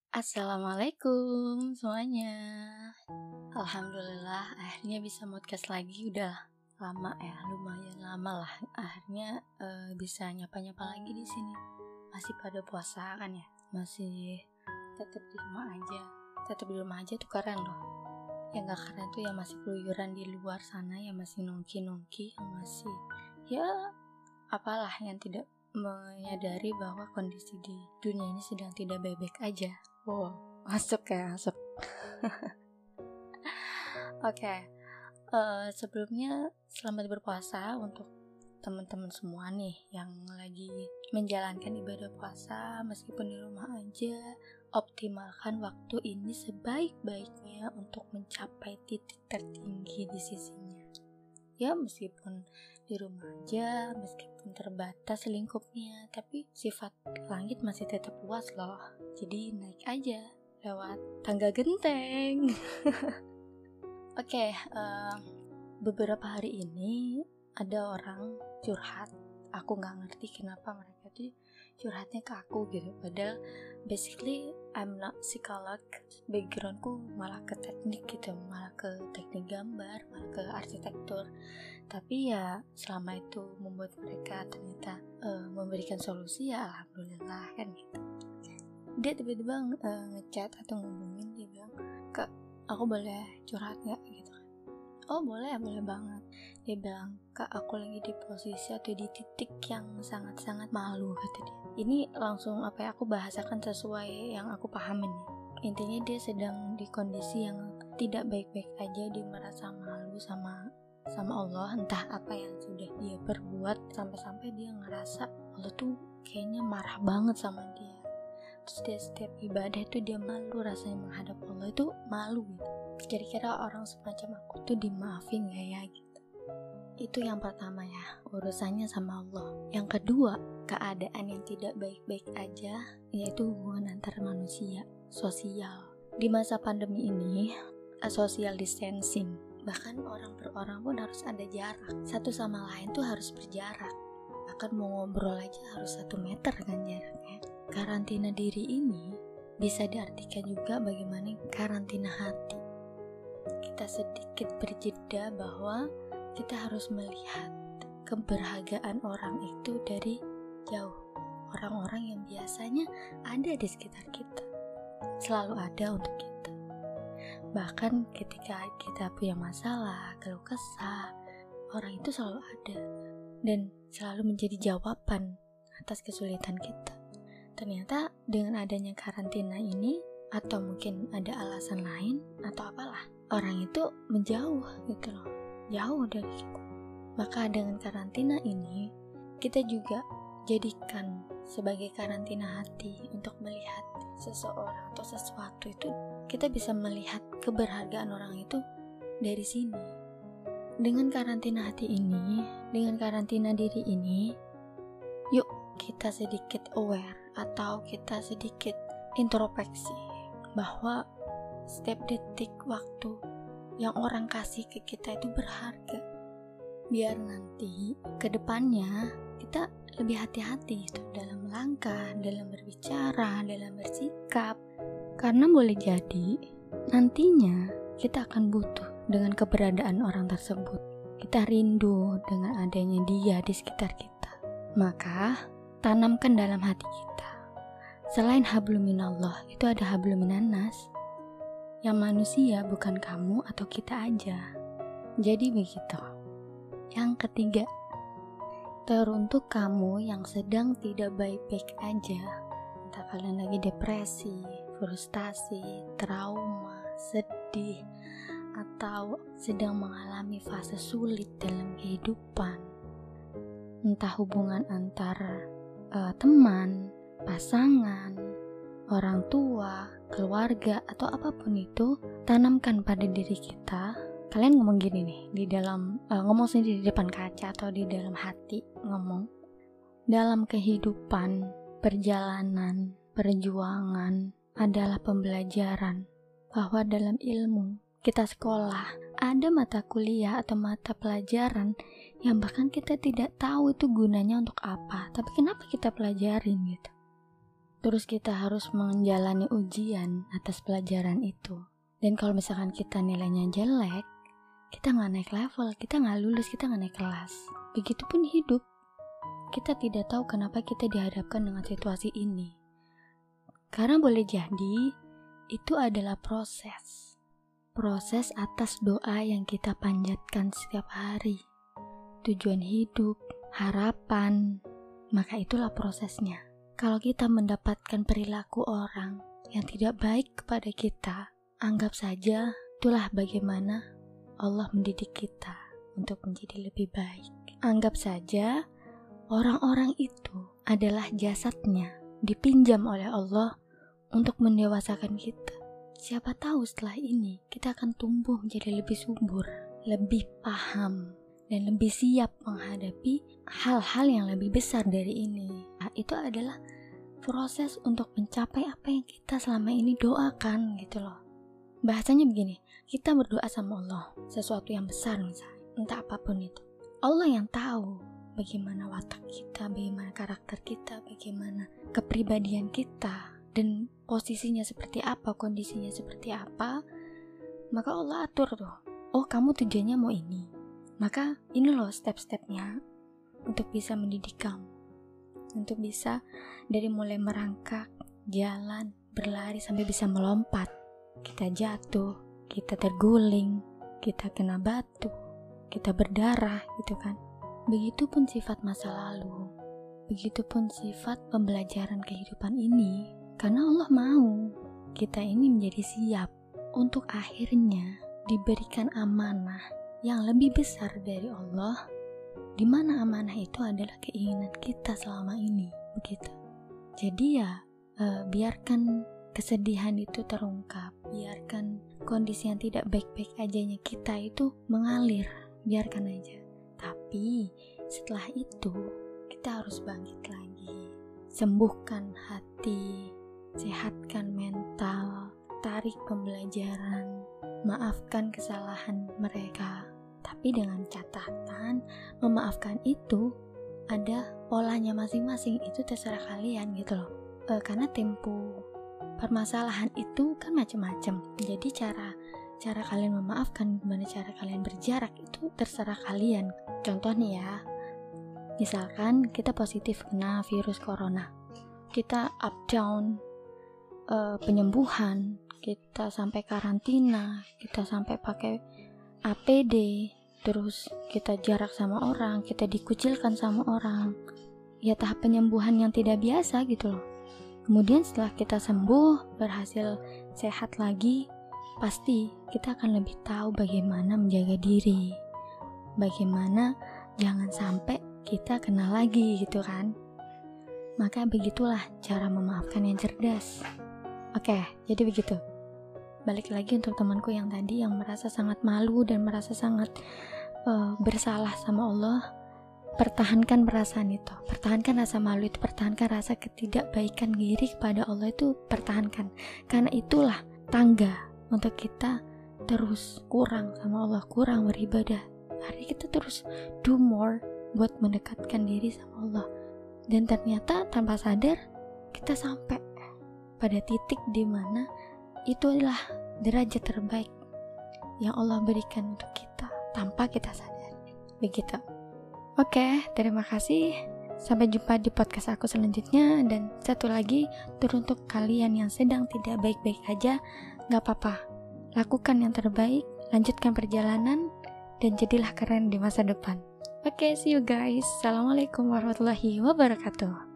Assalamualaikum semuanya. Alhamdulillah akhirnya bisa podcast lagi. Udah lama ya, lumayan lama lah. Akhirnya bisa nyapa-nyapa lagi di sini. Masih pada puasa kan ya? Masih tetap di rumah aja. Tetap di rumah aja tuh keren loh. Yang gak keren tuh yang masih keluyuran di luar sana, yang masih nongki-nongki, yang masih ya apalah, yang tidak menyadari bahwa kondisi di dunia ini sedang tidak baik-baik aja. Wow, masuk. Oke. Sebelumnya selamat berpuasa untuk teman-teman semua nih yang lagi menjalankan ibadah puasa meskipun di rumah aja. Optimalkan waktu ini sebaik-baiknya untuk mencapai titik tertinggi di sisinya. Ya meskipun di rumah aja, meskipun terbatas lingkupnya, tapi sifat langit masih tetap luas loh. Jadi naik aja lewat tangga genteng. Oke, beberapa hari ini ada orang curhat. Aku gak ngerti kenapa mereka tuh curhatnya ke aku gitu. Padahal basically I'm not psikolog, backgroundku malah ke teknik gitu, malah ke teknik gambar, malah ke arsitektur. Tapi ya selama itu membuat mereka ternyata memberikan solusi, ya alhamdulillah kan gitu. Dia tiba-tiba ngechat atau ngubungin, dia bilang, "Kak, aku boleh curhat gak?" gitu kan. Oh boleh banget. Dia bilang, "Kak, aku lagi di posisi atau di titik yang sangat-sangat malu," kata dia. Ini langsung aku bahasakan sesuai yang aku pahamin ya. Intinya dia sedang di kondisi yang tidak baik-baik aja. Dia merasa malu sama Allah, entah apa yang sudah dia perbuat, sampai-sampai dia ngerasa Allah tuh kayaknya marah banget sama dia. Terus dia setiap ibadah itu dia malu, rasanya menghadap Allah itu malu gitu. Kira-kira orang semacam aku tuh dimaafin gak ya gitu. Itu yang pertama ya, urusannya sama Allah. Yang kedua, keadaan yang tidak baik-baik aja, yaitu hubungan antar manusia, sosial. Di masa pandemi ini, social distancing, bahkan orang per orang pun harus ada jarak. Satu sama lain tuh harus berjarak. Bahkan mau ngobrol aja harus 1 meter kan jaraknya. Karantina diri ini bisa diartikan juga bagaimana karantina hati. Kita sedikit berjeda bahwa kita harus melihat keberhargaan orang itu dari jauh. Orang-orang yang biasanya ada di sekitar kita, selalu ada untuk kita. Bahkan ketika kita punya masalah, keluh kesah, orang itu selalu ada dan selalu menjadi jawaban atas kesulitan kita. Ternyata dengan adanya karantina ini, atau mungkin ada alasan lain atau apalah, orang itu menjauh gitu loh, jauh dari kita. Maka dengan karantina ini, kita juga jadikan sebagai karantina hati untuk melihat seseorang atau sesuatu itu. Kita bisa melihat keberhargaan orang itu dari sini. Dengan karantina hati ini, dengan karantina diri ini, yuk kita sedikit aware atau kita sedikit introspeksi bahwa setiap detik waktu yang orang kasih ke kita itu berharga. Biar nanti ke depannya kita lebih hati-hati gitu dalam langkah, dalam berbicara, dalam bersikap. Karena boleh jadi nantinya kita akan butuh dengan keberadaan orang tersebut. Kita rindu dengan adanya dia di sekitar kita. Maka tanamkan dalam hati kita, selain hablum minallah, itu ada hablum minannas. Yang manusia bukan kamu atau kita aja. Jadi begitu. Yang ketiga, teruntuk kamu yang sedang tidak baik-baik aja. Entah kalian lagi depresi, frustasi, trauma, sedih, atau sedang mengalami fase sulit dalam kehidupan. Entah hubungan antar teman, pasangan, orang tua, keluarga, atau apapun itu, tanamkan pada diri kita. Kalian ngomong gini nih, di dalam ngomong sendiri di depan kaca atau di dalam hati ngomong. Dalam kehidupan, perjalanan, perjuangan adalah pembelajaran. Bahwa dalam ilmu, kita sekolah, ada mata kuliah atau mata pelajaran yang bahkan kita tidak tahu itu gunanya untuk apa, tapi kenapa kita pelajarin gitu. Terus kita harus menjalani ujian atas pelajaran itu. Dan kalau misalkan kita nilainya jelek, kita nggak naik level, kita nggak lulus, kita nggak naik kelas. Begitupun hidup. Kita tidak tahu kenapa kita dihadapkan dengan situasi ini. Karena boleh jadi itu adalah proses atas doa yang kita panjatkan setiap hari. Tujuan hidup, harapan, maka itulah prosesnya. Kalau kita mendapatkan perilaku orang yang tidak baik kepada kita, anggap saja itulah bagaimana Allah mendidik kita untuk menjadi lebih baik. Anggap saja orang-orang itu adalah jasadnya dipinjam oleh Allah untuk mendewasakan kita. Siapa tahu setelah ini kita akan tumbuh menjadi lebih subur, lebih paham, dan lebih siap menghadapi hal-hal yang lebih besar dari ini. Nah, itu adalah proses untuk mencapai apa yang kita selama ini doakan gitu loh. Bahasanya begini, kita berdoa sama Allah sesuatu yang besar misalnya, entah apapun itu. Allah yang tahu bagaimana watak kita, bagaimana karakter kita, bagaimana kepribadian kita, dan posisinya seperti apa, kondisinya seperti apa. Maka Allah atur tuh, oh kamu tujuannya mau ini, maka ini loh step-stepnya untuk bisa mendidik kamu, untuk bisa dari mulai merangkak, jalan, berlari sampai bisa melompat. Kita jatuh, kita terguling, kita kena batu, kita berdarah gitu kan. Begitupun sifat masa lalu, begitupun sifat pembelajaran kehidupan ini. Karena Allah mau kita ini menjadi siap untuk akhirnya diberikan amanah yang lebih besar dari Allah, di mana amanah itu adalah keinginan kita selama ini, begitu. Jadi ya biarkan kesedihan itu terungkap, biarkan kondisi yang tidak baik-baik ajanya kita itu mengalir, biarkan aja. Tapi setelah itu kita harus bangkit lagi, sembuhkan hati, sehatkan mental, tarik pembelajaran, maafkan kesalahan mereka. Tapi dengan catatan, memaafkan itu ada polanya masing-masing, itu terserah kalian gitu loh. Karena tempo permasalahan itu kan macam-macam. Jadi cara kalian memaafkan, gimana cara kalian berjarak itu terserah kalian. Contoh nih ya, misalkan kita positif kena virus corona, kita up down penyembuhan, kita sampai karantina, kita sampai pakai APD, terus kita jarak sama orang, kita dikucilkan sama orang. Ya tahap penyembuhan yang tidak biasa gitu loh. Kemudian setelah kita sembuh, berhasil sehat lagi, pasti kita akan lebih tahu bagaimana menjaga diri, bagaimana jangan sampai kita kena lagi gitu kan. Maka begitulah cara memaafkan yang cerdas. Oke, jadi begitu. Balik lagi untuk temanku yang tadi yang merasa sangat malu dan merasa sangat bersalah sama Allah. Pertahankan perasaan itu, pertahankan rasa malu itu, pertahankan rasa ketidakbaikan diri kepada Allah itu, pertahankan. Karena itulah tangga untuk kita terus kurang sama Allah, kurang beribadah. Hari kita terus do more buat mendekatkan diri sama Allah. Dan ternyata tanpa sadar kita sampai pada titik di mana itu adalah derajat terbaik yang Allah berikan untuk kita tanpa kita sadar. Begitu. Oke, terima kasih. Sampai jumpa di podcast aku selanjutnya. Dan satu lagi, teruntuk kalian yang sedang tidak baik-baik aja, gak apa-apa. Lakukan yang terbaik, lanjutkan perjalanan, dan jadilah keren di masa depan. Oke, see you guys. Assalamualaikum warahmatullahi wabarakatuh.